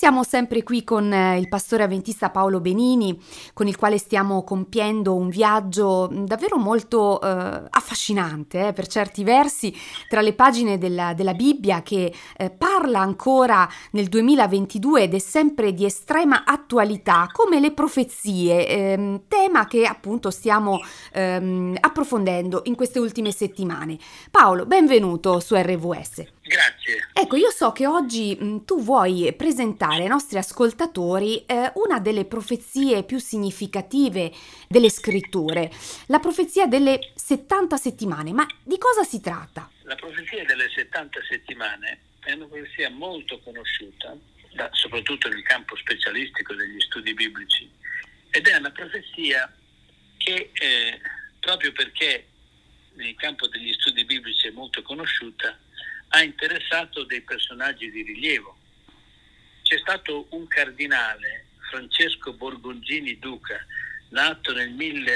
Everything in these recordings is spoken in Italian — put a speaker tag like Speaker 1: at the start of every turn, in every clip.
Speaker 1: siamo sempre qui con il pastore avventista Paolo Benini, con il quale stiamo compiendo un viaggio davvero molto affascinante, per certi versi, tra le pagine della Bibbia che parla ancora nel 2022 ed è sempre di estrema attualità, come le profezie, tema che appunto stiamo approfondendo in queste ultime settimane. Paolo, benvenuto su RVS.
Speaker 2: Grazie.
Speaker 1: Ecco, io so che oggi tu vuoi presentare ai nostri ascoltatori una delle profezie più significative delle scritture, la profezia delle 70 settimane. Ma di cosa si tratta?
Speaker 2: La profezia delle 70 settimane è una profezia molto conosciuta, soprattutto nel campo specialistico degli studi biblici, ed è una profezia che, proprio perché nel campo degli studi biblici è molto conosciuta, ha interessato dei personaggi di rilievo. C'è stato un cardinale, Francesco Borgoncini Duca, nato nel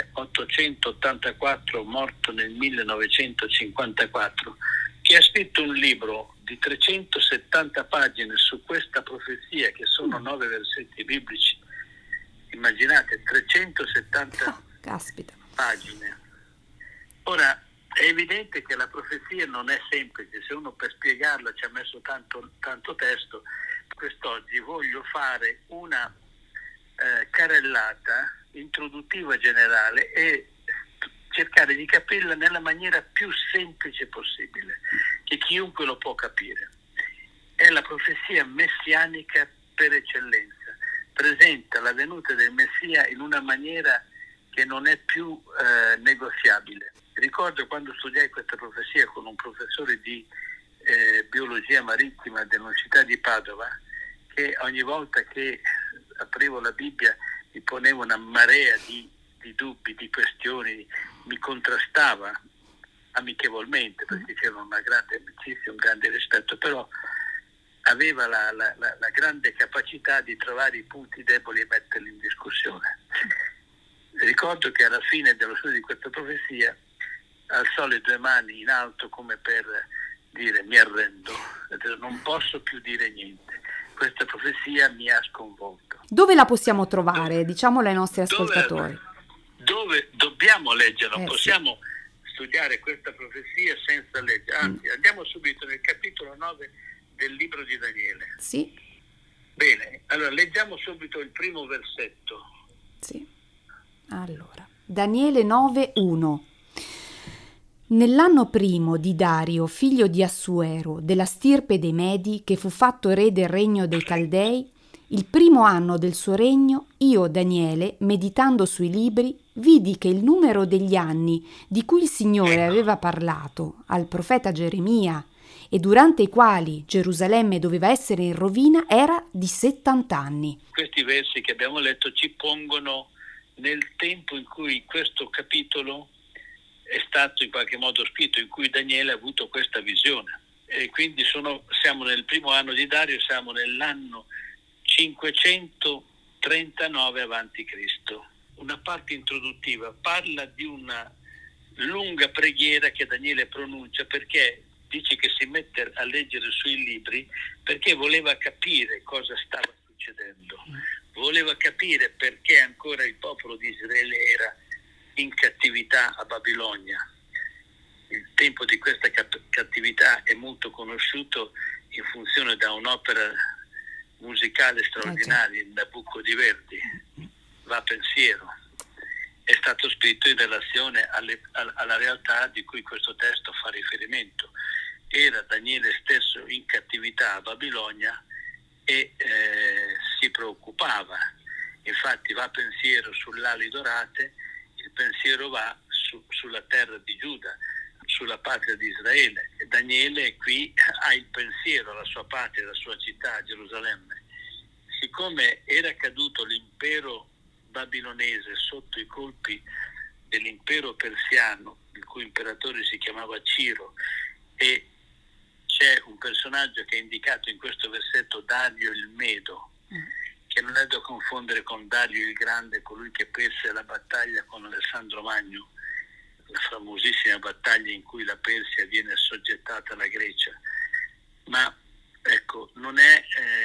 Speaker 2: 1884, morto nel 1954, che ha scritto un libro di 370 pagine su questa profezia, che sono 9 versetti biblici. Immaginate, 370 pagine. Ora, è evidente che la profezia non è semplice, se uno per spiegarla ci ha messo tanto testo. Quest'oggi voglio fare una carrellata introduttiva generale e cercare di capirla nella maniera più semplice possibile, che chiunque lo può capire. È la profezia messianica per eccellenza, presenta la venuta del Messia in una maniera che non è più negoziabile. Ricordo quando studiai questa profezia con un professore di biologia marittima dell'Università di Padova, che ogni volta che aprivo la Bibbia mi poneva una marea di dubbi, di questioni, mi contrastava amichevolmente, perché c'era una grande amicizia, un grande rispetto, però aveva la grande capacità di trovare i punti deboli e metterli in discussione. Ricordo che alla fine dello studio di questa profezia alzò le due mani in alto come per dire: mi arrendo, non posso più dire niente, questa profezia mi ha sconvolto.
Speaker 1: Dove la possiamo trovare? Diciamolo ai nostri ascoltatori.
Speaker 2: Dove dobbiamo leggerla? Non possiamo studiare questa profezia senza leggere, anzi andiamo subito nel capitolo 9 del libro di Daniele.
Speaker 1: Sì.
Speaker 2: Bene, allora leggiamo subito il primo versetto.
Speaker 1: Sì. Allora, Daniele 9:1. Nell'anno primo di Dario, figlio di Assuero, della stirpe dei Medi, che fu fatto re del regno dei Caldei, il primo anno del suo regno, io, Daniele, meditando sui libri, vidi che il numero degli anni di cui il Signore aveva parlato al profeta Geremia e durante i quali Gerusalemme doveva essere in rovina era di 70 anni.
Speaker 2: Questi versi che abbiamo letto ci pongono nel tempo in cui questo capitolo è stato in qualche modo scritto, in cui Daniele ha avuto questa visione. E quindi siamo nel primo anno di Dario, siamo nell'anno 539 avanti Cristo. Una parte introduttiva parla di una lunga preghiera che Daniele pronuncia, perché dice che si mette a leggere sui libri perché voleva capire cosa stava succedendo, voleva capire perché ancora il popolo di Israele era in cattività a Babilonia. Il tempo di questa cattività è molto conosciuto in funzione da un'opera musicale straordinaria, il Nabucco di Verdi, Va pensiero. È stato scritto in relazione alla realtà di cui questo testo fa riferimento. Era Daniele stesso in cattività a Babilonia e si preoccupava. Infatti va pensiero sulle ali dorate, il pensiero va sulla terra di Giuda, sulla patria di Israele. E Daniele qui ha il pensiero alla sua patria, alla sua città, Gerusalemme. Siccome era caduto l'impero babilonese sotto i colpi dell'impero persiano, il cui imperatore si chiamava Ciro, e c'è un personaggio che è indicato in questo versetto, Dario il Medo, che non è da confondere con Dario il Grande, colui che perse la battaglia con Alessandro Magno, la famosissima battaglia in cui la Persia viene assoggettata alla Grecia. Ma ecco, non è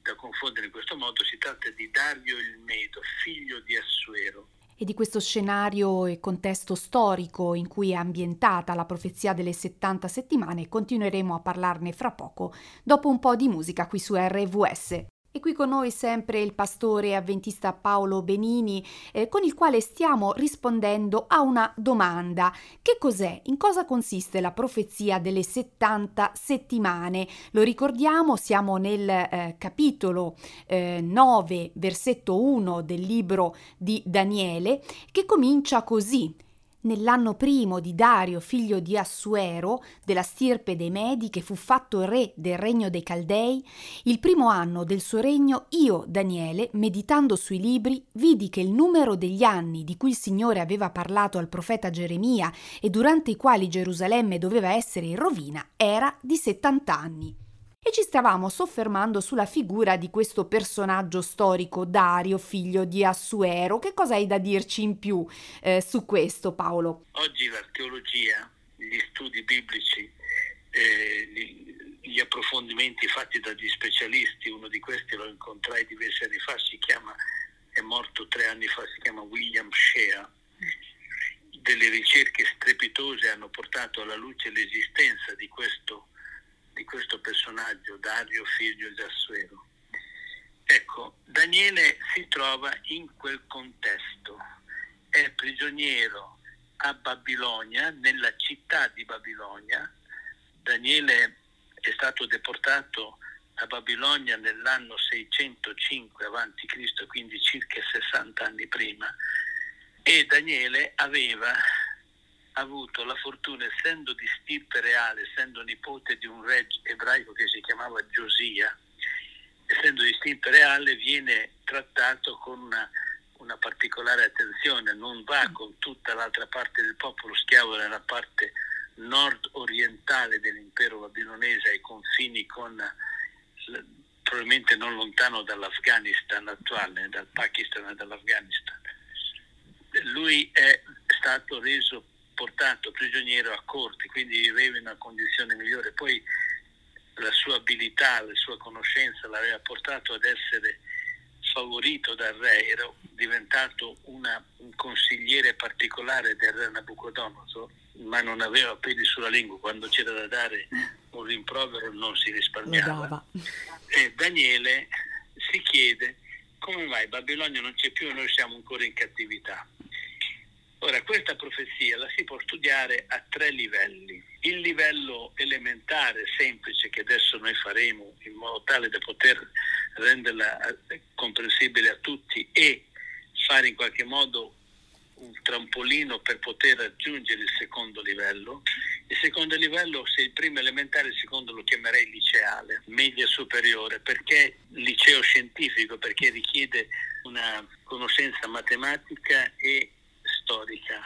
Speaker 2: da confondere in questo modo, si tratta di Dario il Medo, figlio di Assuero.
Speaker 1: E di questo scenario e contesto storico in cui è ambientata la profezia delle 70 settimane continueremo a parlarne fra poco, dopo un po' di musica qui su RVS. E qui con noi sempre il pastore avventista Paolo Benini, con il quale stiamo rispondendo a una domanda. Che cos'è? In cosa consiste la profezia delle 70 settimane? Lo ricordiamo, siamo nel capitolo 9, versetto 1 del libro di Daniele, che comincia così. Nell'anno primo di Dario, figlio di Assuero, della stirpe dei Medi, che fu fatto re del regno dei Caldei, il primo anno del suo regno, io, Daniele, meditando sui libri, vidi che il numero degli anni di cui il Signore aveva parlato al profeta Geremia e durante i quali Gerusalemme doveva essere in rovina era di 70 anni. E ci stavamo soffermando sulla figura di questo personaggio storico, Dario, figlio di Assuero. Che cosa hai da dirci in più su questo, Paolo?
Speaker 2: Oggi l'archeologia, gli studi biblici, gli approfondimenti fatti dagli specialisti, uno di questi lo incontrai diversi anni fa, è morto 3 anni fa, si chiama William Shea. Delle ricerche strepitose hanno portato alla luce l'esistenza di questo personaggio, Dario, figlio di Assuero. Ecco, Daniele si trova in quel contesto, è prigioniero a Babilonia, nella città di Babilonia. Daniele è stato deportato a Babilonia nell'anno 605 a.C., quindi circa 60 anni prima, e Daniele aveva avuto la fortuna, essendo di stirpe reale, essendo nipote di un re ebraico che si chiamava Giosia, essendo di stirpe reale viene trattato con una particolare attenzione, non va con tutta l'altra parte del popolo schiavo nella parte nord-orientale dell'impero babilonese ai confini con probabilmente non lontano dall'Afghanistan attuale, dal Pakistan e dall'Afghanistan. Lui è stato portato prigioniero a corte, quindi viveva in una condizione migliore. Poi la sua abilità, la sua conoscenza l'aveva portato ad essere favorito dal re, era diventato un consigliere particolare del re Nabucodonosor, ma non aveva peli sulla lingua, quando c'era da dare un rimprovero non si risparmiava. E Daniele si chiede: come mai Babilonia non c'è più e noi siamo ancora in cattività? Ora, questa profezia la si può studiare a 3 livelli. Il livello elementare, semplice, che adesso noi faremo in modo tale da poter renderla comprensibile a tutti e fare in qualche modo un trampolino per poter raggiungere il secondo livello. Il secondo livello, se il primo è elementare, il secondo lo chiamerei liceale, media superiore, perché liceo scientifico, perché richiede una conoscenza matematica e storica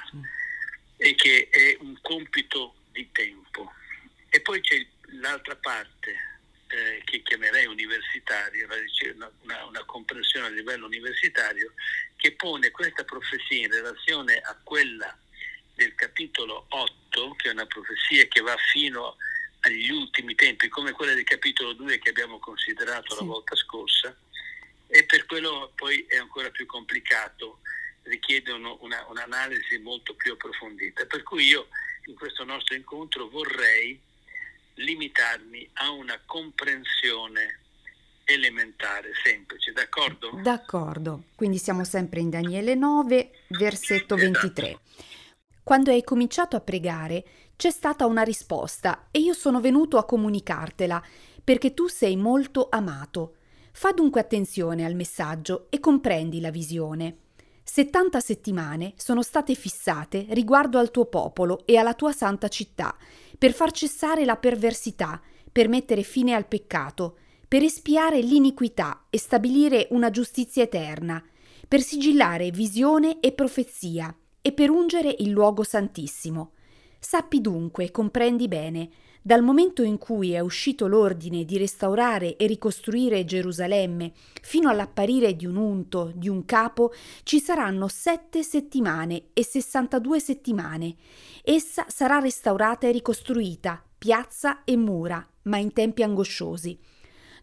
Speaker 2: e che è un compito di tempo. E poi c'è l'altra parte che chiamerei universitaria, una comprensione a livello universitario, che pone questa profezia in relazione a quella del capitolo 8, che è una profezia che va fino agli ultimi tempi, come quella del capitolo 2 che abbiamo considerato la volta scorsa, e per quello poi è ancora più complicato, richiede un'analisi molto più approfondita. Per cui io in questo nostro incontro vorrei limitarmi a una comprensione elementare, semplice, d'accordo?
Speaker 1: D'accordo, quindi siamo sempre in Daniele 9, versetto 23. Quando hai cominciato a pregare c'è stata una risposta e io sono venuto a comunicartela, perché tu sei molto amato. Fa dunque attenzione al messaggio e comprendi la visione. 70 settimane sono state fissate riguardo al tuo popolo e alla tua santa città, per far cessare la perversità, per mettere fine al peccato, per espiare l'iniquità e stabilire una giustizia eterna, per sigillare visione e profezia e per ungere il luogo santissimo. Sappi dunque, comprendi bene, dal momento in cui è uscito l'ordine di restaurare e ricostruire Gerusalemme fino all'apparire di un unto, di un capo, ci saranno 7 settimane e 62 settimane. Essa sarà restaurata e ricostruita, piazza e mura, ma in tempi angosciosi.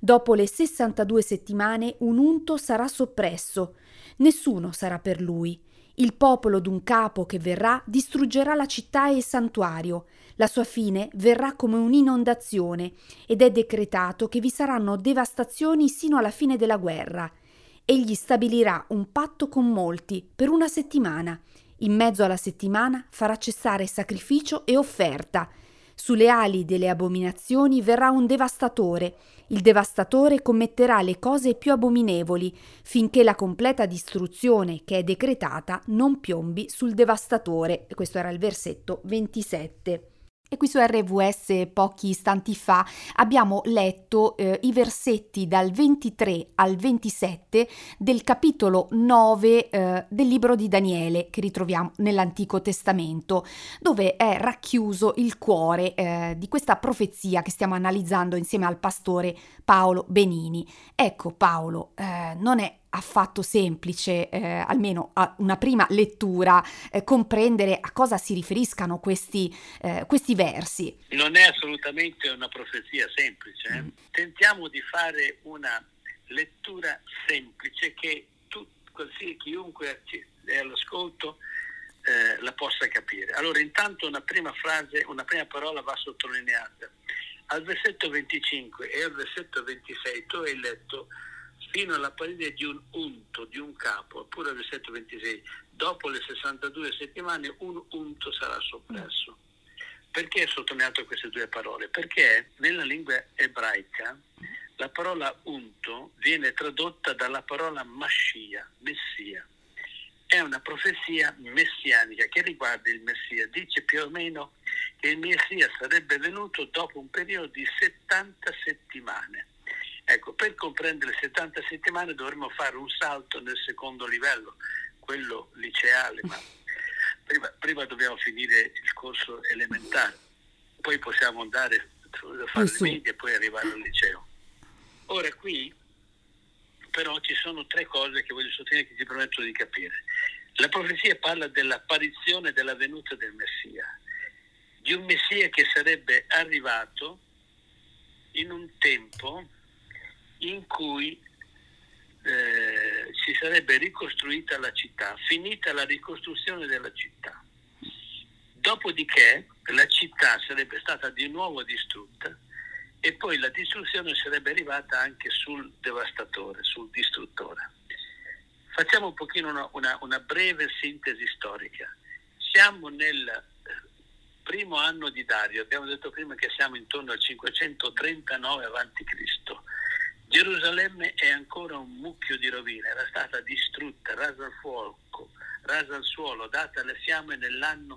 Speaker 1: Dopo le 62 settimane un unto sarà soppresso. Nessuno sarà per lui. Il popolo d'un capo che verrà distruggerà la città e il santuario. La sua fine verrà come un'inondazione ed è decretato che vi saranno devastazioni sino alla fine della guerra. Egli stabilirà un patto con molti per una settimana. In mezzo alla settimana farà cessare sacrificio e offerta. Sulle ali delle abominazioni verrà un devastatore. Il devastatore commetterà le cose più abominevoli, finché la completa distruzione che è decretata non piombi sul devastatore. Questo era il versetto 27. E qui su RVS pochi istanti fa abbiamo letto i versetti dal 23 al 27 del capitolo 9 del libro di Daniele, che ritroviamo nell'Antico Testamento, dove è racchiuso il cuore di questa profezia che stiamo analizzando insieme al pastore Paolo Benini. Ecco, Paolo, non è affatto semplice, almeno a una prima lettura, comprendere a cosa si riferiscano questi versi.
Speaker 2: Non è assolutamente una profezia semplice. Tentiamo di fare una lettura semplice che chiunque è all'ascolto la possa capire. Allora, intanto una prima frase, una prima parola va sottolineata. Al versetto 25 e al versetto 26 tu hai letto fino all'apparire di un unto, di un capo, oppure al versetto 26, dopo le 62 settimane un unto sarà soppresso. Perché ho sottolineato queste due parole? Perché nella lingua ebraica la parola unto viene tradotta dalla parola Mashiach, Messia. È una profezia messianica che riguarda il Messia. Dice più o meno che il Messia sarebbe venuto dopo un periodo di 70 settimane. Ecco, per comprendere le 70 settimane dovremmo fare un salto nel secondo livello, quello liceale, ma prima dobbiamo finire il corso elementare, poi possiamo andare a fare le medie e poi arrivare al liceo. Ora qui però ci sono tre cose che voglio sottolineare che ti permettono di capire. La profezia parla dell'apparizione, della venuta del Messia, di un Messia che sarebbe arrivato in un tempo in cui si sarebbe ricostruita la città, finita la ricostruzione della città. Dopodiché la città sarebbe stata di nuovo distrutta e poi la distruzione sarebbe arrivata anche sul devastatore, sul distruttore. Facciamo un pochino una breve sintesi storica. Siamo nel primo anno di Dario, abbiamo detto prima che siamo intorno al 539 a.C. Gerusalemme è ancora un mucchio di rovine, era stata distrutta, rasa al fuoco, rasa al suolo, data alle fiamme nell'anno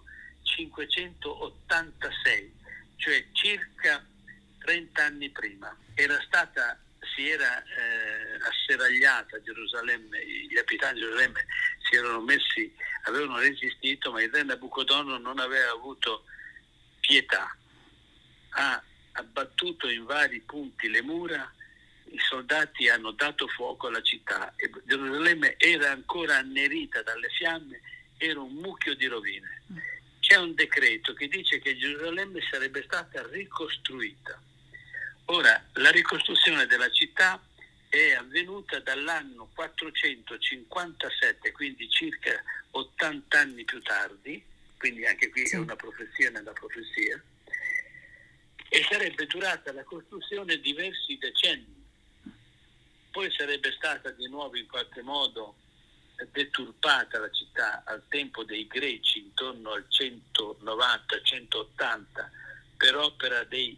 Speaker 2: 586, cioè circa 30 anni prima. Si era asseragliata Gerusalemme, gli abitanti di Gerusalemme avevano resistito, ma il re Nabucodonosor non aveva avuto pietà, ha abbattuto in vari punti le mura, i soldati hanno dato fuoco alla città e Gerusalemme era ancora annerita dalle fiamme, era un mucchio di rovine. C'è un decreto che dice che Gerusalemme sarebbe stata ricostruita. Ora, la ricostruzione della città è avvenuta dall'anno 457, quindi circa 80 anni più tardi, quindi anche qui è una profezia nella profezia, e sarebbe durata la costruzione diversi decenni. Poi sarebbe stata di nuovo in qualche modo deturpata la città al tempo dei Greci, intorno al 190-180, per opera dei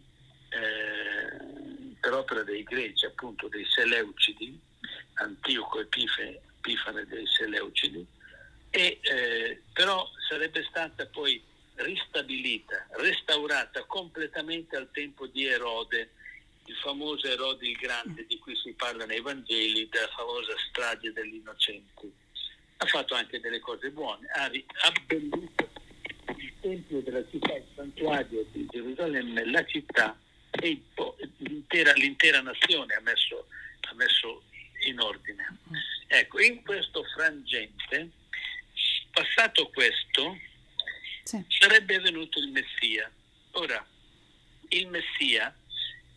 Speaker 2: Greci, appunto dei Seleucidi, Antioco Epifane dei Seleucidi, e però sarebbe stata poi ristabilita, restaurata completamente al tempo di Erode, il famoso Erode il Grande di cui si parla nei Vangeli, della famosa strage degli innocenti. Ha fatto anche delle cose buone, ha abbellito il tempio della città, il santuario di Gerusalemme, la città e l'intera nazione ha messo in ordine. Ecco, in questo frangente, passato questo, sarebbe venuto il Messia. Ora, il Messia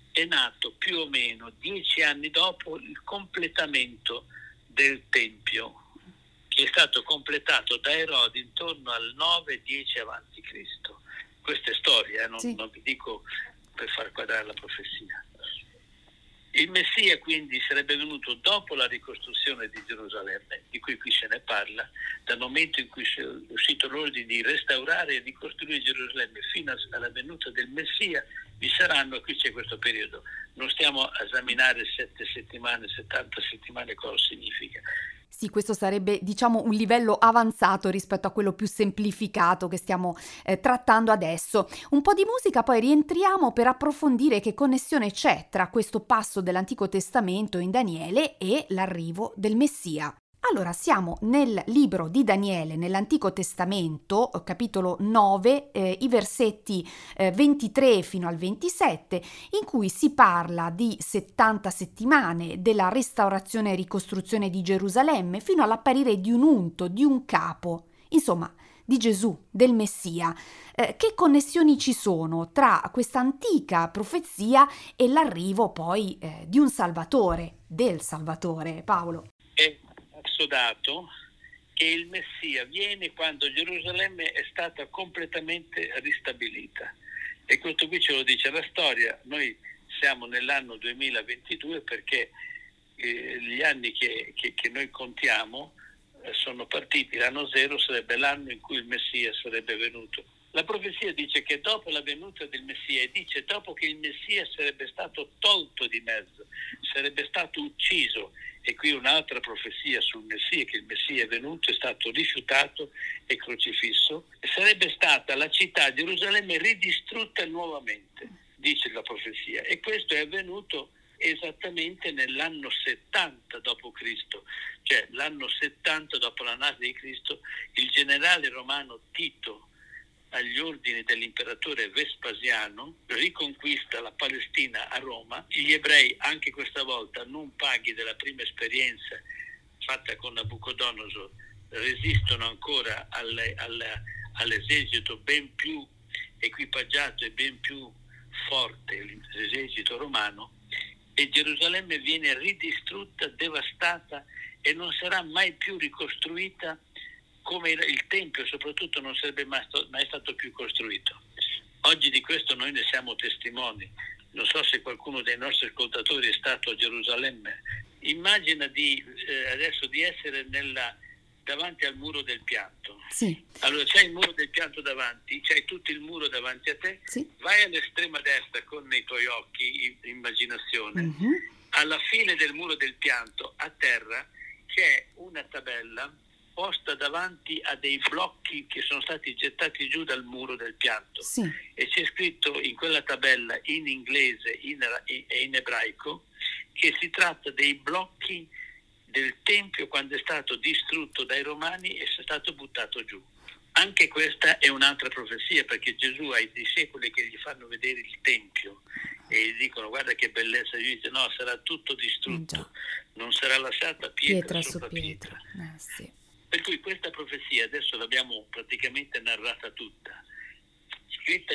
Speaker 2: è nato più o meno 10 anni dopo il completamento del Tempio, che è stato completato da Erode intorno al 9-10 avanti Cristo. Questa è storia,
Speaker 1: Sì.
Speaker 2: non vi dico per far quadrare la profezia. Il Messia quindi sarebbe venuto dopo la ricostruzione di Gerusalemme, di cui qui se ne parla, dal momento in cui è uscito l'ordine di restaurare e ricostruire Gerusalemme fino alla venuta del Messia. Vi saranno, qui c'è questo periodo, non stiamo a esaminare 7 settimane, 70 settimane cosa significa.
Speaker 1: Sì, questo sarebbe, diciamo, un livello avanzato rispetto a quello più semplificato che stiamo trattando adesso. Un po' di musica, poi rientriamo per approfondire che connessione c'è tra questo passo dell'Antico Testamento in Daniele e l'arrivo del Messia. Allora, siamo nel libro di Daniele, nell'Antico Testamento, capitolo 9, i versetti 23 fino al 27, in cui si parla di 70 settimane della restaurazione e ricostruzione di Gerusalemme, fino all'apparire di un unto, di un capo, insomma, di Gesù, del Messia. Che connessioni ci sono tra questa antica profezia e l'arrivo poi di un Salvatore, del Salvatore, Paolo?
Speaker 2: Dato che il Messia viene quando Gerusalemme è stata completamente ristabilita, e questo qui ce lo dice la storia. Noi siamo nell'anno 2022 perché gli anni che noi contiamo sono partiti, l'anno 0 sarebbe l'anno in cui il Messia sarebbe venuto. La profezia dice che dopo la venuta del Messia, e dice dopo che il Messia sarebbe stato tolto di mezzo, sarebbe stato ucciso. E qui un'altra profezia sul Messia, che il Messia è venuto, è stato rifiutato e crocifisso, e sarebbe stata la città Gerusalemme ridistrutta nuovamente, dice la profezia. E questo è avvenuto esattamente nell'anno 70 dopo Cristo, cioè l'anno 70 dopo la nascita di Cristo. Il generale romano Tito, agli ordini dell'imperatore Vespasiano, riconquista la Palestina a Roma. Gli ebrei anche questa volta, non paghi della prima esperienza fatta con Nabucodonosor, resistono ancora all'esercito ben più equipaggiato e ben più forte, l'esercito romano, e Gerusalemme viene ridistrutta, devastata, e non sarà mai più ricostruita, come il Tempio soprattutto non sarebbe mai stato più costruito. Oggi di questo noi ne siamo testimoni. Non so se qualcuno dei nostri ascoltatori è stato a Gerusalemme. Immagina adesso di essere davanti al muro del pianto.
Speaker 1: Sì.
Speaker 2: Allora c'è il muro del pianto davanti, c'hai tutto il muro davanti a te,
Speaker 1: sì.
Speaker 2: Vai all'estrema destra con i tuoi occhi, immaginazione,
Speaker 1: mm-hmm.
Speaker 2: Alla fine del muro del pianto, a terra, c'è una tabella posta davanti a dei blocchi che sono stati gettati giù dal muro del pianto,
Speaker 1: sì.
Speaker 2: E c'è scritto in quella tabella in inglese e in ebraico che si tratta dei blocchi del Tempio quando è stato distrutto dai Romani e è stato buttato giù. Anche questa è un'altra profezia, perché Gesù ha i discepoli che gli fanno vedere il Tempio e gli dicono guarda che bellezza, gli dice no, sarà tutto distrutto, non sarà lasciata pietra sopra pietra.
Speaker 1: Sì.
Speaker 2: Per cui questa profezia adesso l'abbiamo praticamente narrata tutta, scritta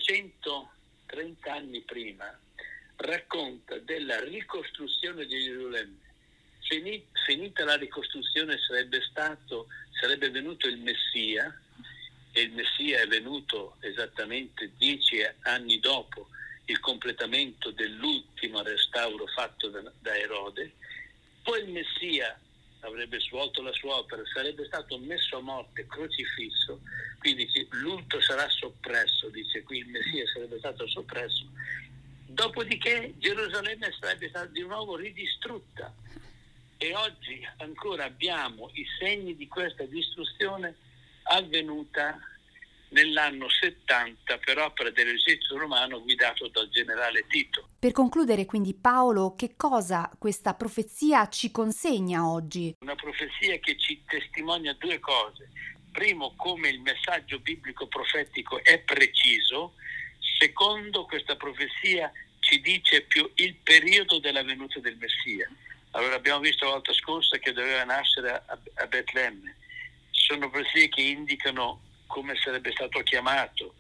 Speaker 2: 530 anni prima, racconta della ricostruzione di Gerusalemme. Finita la ricostruzione sarebbe venuto il Messia, e il Messia è venuto esattamente 10 anni dopo il completamento dell'ultimo restauro fatto da Erode. Poi il Messia avrebbe svolto la sua opera, sarebbe stato messo a morte, crocifisso, quindi l'ultimo sarà soppresso, dice qui il Messia sarebbe stato soppresso. Dopodiché Gerusalemme sarebbe stata di nuovo ridistrutta, e oggi ancora abbiamo i segni di questa distruzione avvenuta nell'anno 70 per opera dell'esercito romano guidato dal generale Tito.
Speaker 1: Per concludere quindi, Paolo, che cosa questa profezia ci consegna oggi?
Speaker 2: Una profezia che ci testimonia due cose. Primo, come il messaggio biblico profetico è preciso. Secondo, questa profezia ci dice più il periodo della venuta del Messia. Allora abbiamo visto la volta scorsa che doveva nascere a Betlemme. Sono profezie che indicano come sarebbe stato chiamato,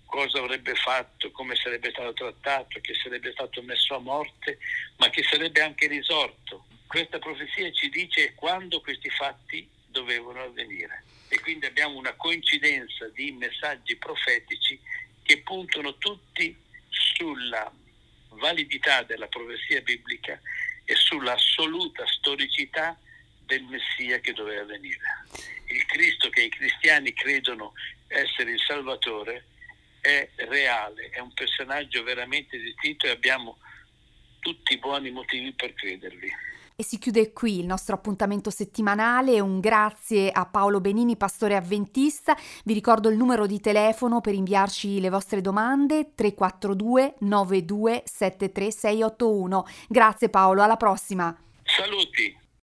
Speaker 2: cosa avrebbe fatto, come sarebbe stato trattato, che sarebbe stato messo a morte, ma che sarebbe anche risorto. Questa profezia ci dice quando questi fatti dovevano avvenire. E quindi abbiamo una coincidenza di messaggi profetici che puntano tutti sulla validità della profezia biblica e sulla assoluta storicità del Messia che doveva venire. Il Cristo che i cristiani credono essere il Salvatore è reale, è un personaggio veramente esistito e abbiamo tutti i buoni motivi per credervi.
Speaker 1: E si chiude qui il nostro appuntamento settimanale. Un grazie a Paolo Benini, pastore avventista. Vi ricordo il numero di telefono per inviarci le vostre domande: 342 92 73 681. Grazie Paolo, alla prossima.
Speaker 2: Saluti.